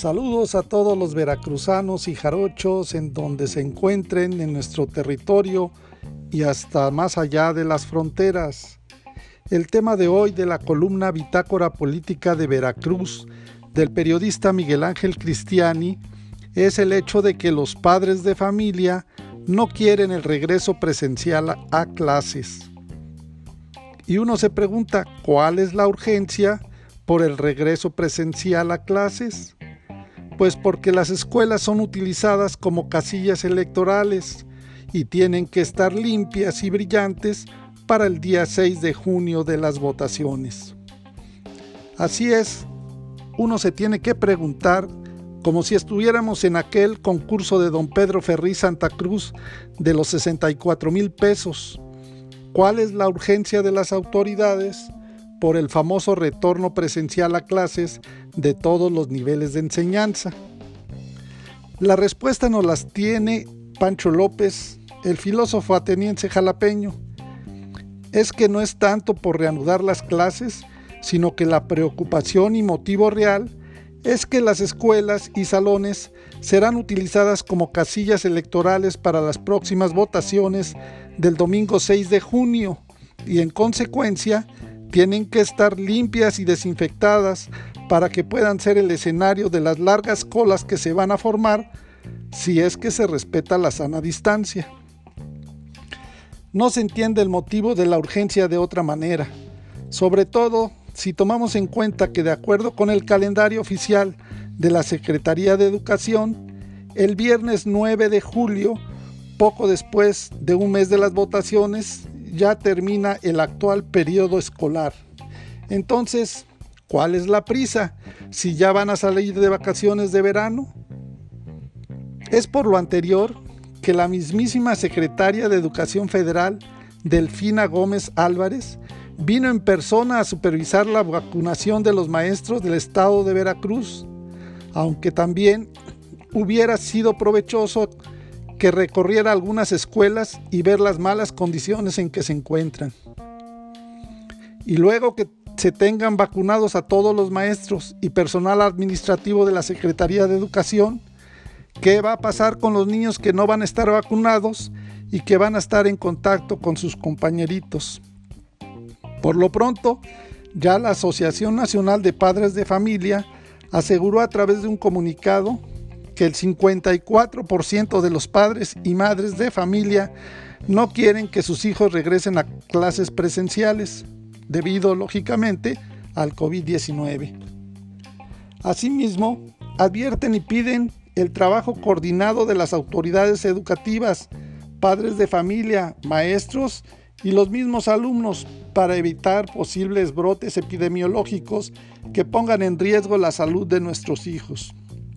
Saludos a todos los veracruzanos y jarochos en donde se encuentren en nuestro territorio y hasta más allá de las fronteras. El tema de hoy de la columna Bitácora Política de Veracruz del periodista Miguel Ángel Cristiani es el hecho de que los padres de familia no quieren el regreso presencial a clases. Y uno se pregunta, ¿cuál es la urgencia por el regreso presencial a clases? Pues porque las escuelas son utilizadas como casillas electorales y tienen que estar limpias y brillantes para el día 6 de junio de las votaciones. Así es, uno se tiene que preguntar, como si estuviéramos en aquel concurso de don Pedro Ferriz Santa Cruz de los 64,000 pesos, ¿cuál es la urgencia de las autoridades por el famoso retorno presencial a clases de todos los niveles de enseñanza? La respuesta nos las tiene Pancho López, el filósofo ateniense jalapeño. Es que no es tanto por reanudar las clases, sino que la preocupación y motivo real es que las escuelas y salones serán utilizadas como casillas electorales para las próximas votaciones del domingo 6 de junio y en consecuencia tienen que estar limpias y desinfectadas para que puedan ser el escenario de las largas colas que se van a formar si es que se respeta la sana distancia. No se entiende el motivo de la urgencia de otra manera, sobre todo si tomamos en cuenta que de acuerdo con el calendario oficial de la Secretaría de Educación, el viernes 9 de julio, poco después de un mes de las votaciones, ya termina el actual periodo escolar. Entonces, ¿cuál es la prisa si ya van a salir de vacaciones de verano? Es por lo anterior que la mismísima secretaria de Educación Federal, Delfina Gómez Álvarez, vino en persona a supervisar la vacunación de los maestros del estado de Veracruz, aunque también hubiera sido provechoso que recorriera algunas escuelas y ver las malas condiciones en que se encuentran. Y luego que se tengan vacunados a todos los maestros y personal administrativo de la Secretaría de Educación, ¿qué va a pasar con los niños que no van a estar vacunados y que van a estar en contacto con sus compañeritos? Por lo pronto, ya la Asociación Nacional de Padres de Familia aseguró a través de un comunicado que el 54% de los padres y madres de familia no quieren que sus hijos regresen a clases presenciales, debido, lógicamente, al COVID-19. Asimismo, advierten y piden el trabajo coordinado de las autoridades educativas, padres de familia, maestros y los mismos alumnos para evitar posibles brotes epidemiológicos que pongan en riesgo la salud de nuestros hijos.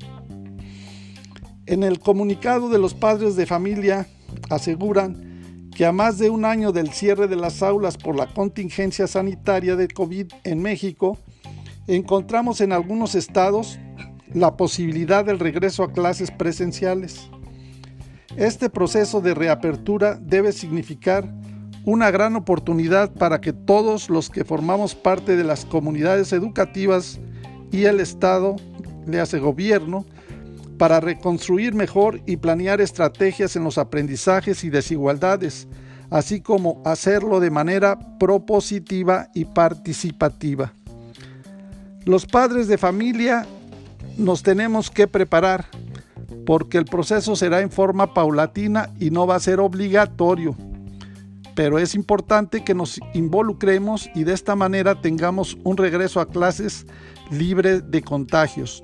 En el comunicado de los padres de familia aseguran que a más de un año del cierre de las aulas por la contingencia sanitaria de COVID en México, encontramos en algunos estados la posibilidad del regreso a clases presenciales. Este proceso de reapertura debe significar una gran oportunidad para que todos los que formamos parte de las comunidades educativas y el Estado, le hace gobierno, para reconstruir mejor y planear estrategias en los aprendizajes y desigualdades, así como hacerlo de manera propositiva y participativa. Los padres de familia nos tenemos que preparar, porque el proceso será en forma paulatina y no va a ser obligatorio. Pero es importante que nos involucremos y de esta manera tengamos un regreso a clases libre de contagios.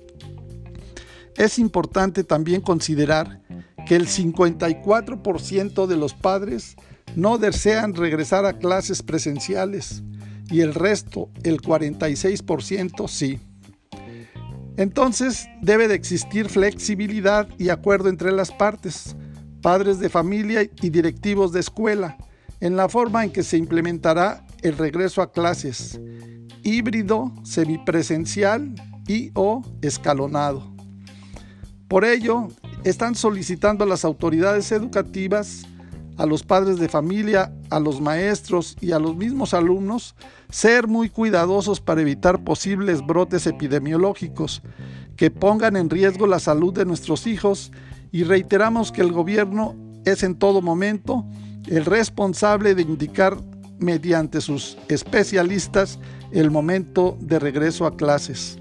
Es importante también considerar que el 54% de los padres no desean regresar a clases presenciales y el resto, el 46%, sí. Entonces debe de existir flexibilidad y acuerdo entre las partes, padres de familia y directivos de escuela, en la forma en que se implementará el regreso a clases, híbrido, semipresencial y o escalonado. Por ello, están solicitando a las autoridades educativas a los padres de familia, a los maestros y a los mismos alumnos ser muy cuidadosos para evitar posibles brotes epidemiológicos que pongan en riesgo la salud de nuestros hijos, y reiteramos que el gobierno es en todo momento el responsable de indicar mediante sus especialistas el momento de regreso a clases.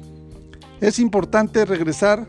Es importante regresar.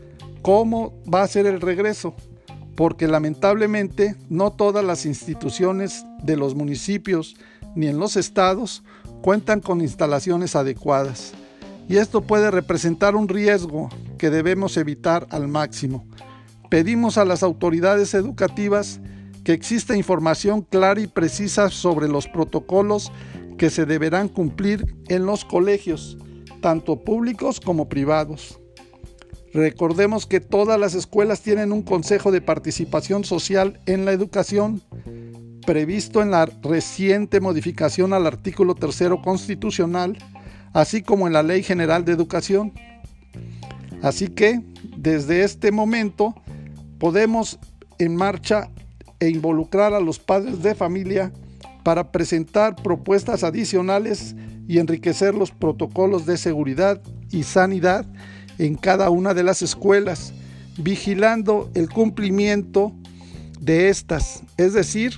¿Cómo va a ser el regreso? Porque lamentablemente no todas las instituciones de los municipios ni en los estados cuentan con instalaciones adecuadas, y esto puede representar un riesgo que debemos evitar al máximo. Pedimos a las autoridades educativas que exista información clara y precisa sobre los protocolos que se deberán cumplir en los colegios, tanto públicos como privados. Recordemos que todas las escuelas tienen un consejo de participación social en la educación, previsto en la reciente modificación al artículo 3 constitucional, así como en la Ley General de Educación. Así que, desde este momento, podemos en marcha e involucrar a los padres de familia para presentar propuestas adicionales y enriquecer los protocolos de seguridad y sanidad en cada una de las escuelas, vigilando el cumplimiento de estas, es decir,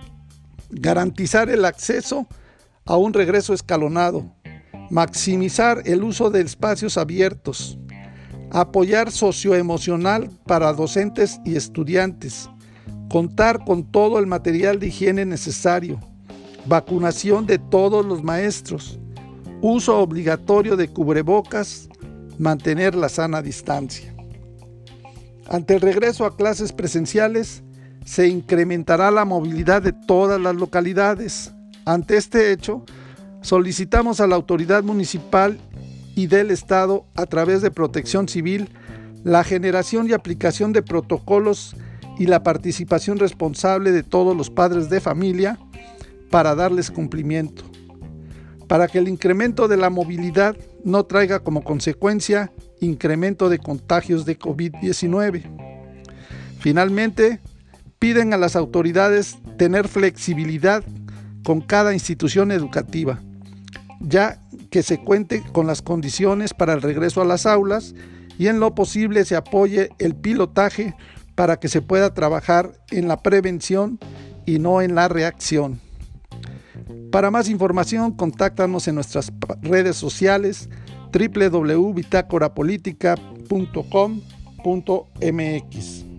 garantizar el acceso a un regreso escalonado, maximizar el uso de espacios abiertos, apoyar socioemocional para docentes y estudiantes, contar con todo el material de higiene necesario, vacunación de todos los maestros, uso obligatorio de cubrebocas, mantener la sana distancia. Ante el regreso a clases presenciales, se incrementará la movilidad de todas las localidades. Ante este hecho, solicitamos a la autoridad municipal y del Estado, a través de Protección Civil, la generación y aplicación de protocolos y la participación responsable de todos los padres de familia para darles cumplimiento, para que el incremento de la movilidad no traiga como consecuencia incremento de contagios de COVID-19. Finalmente, piden a las autoridades tener flexibilidad con cada institución educativa, ya que se cuente con las condiciones para el regreso a las aulas, y en lo posible se apoye el pilotaje para que se pueda trabajar en la prevención y no en la reacción. Para más información, contáctanos en nuestras redes sociales www.bitácorapolítica.com.mx.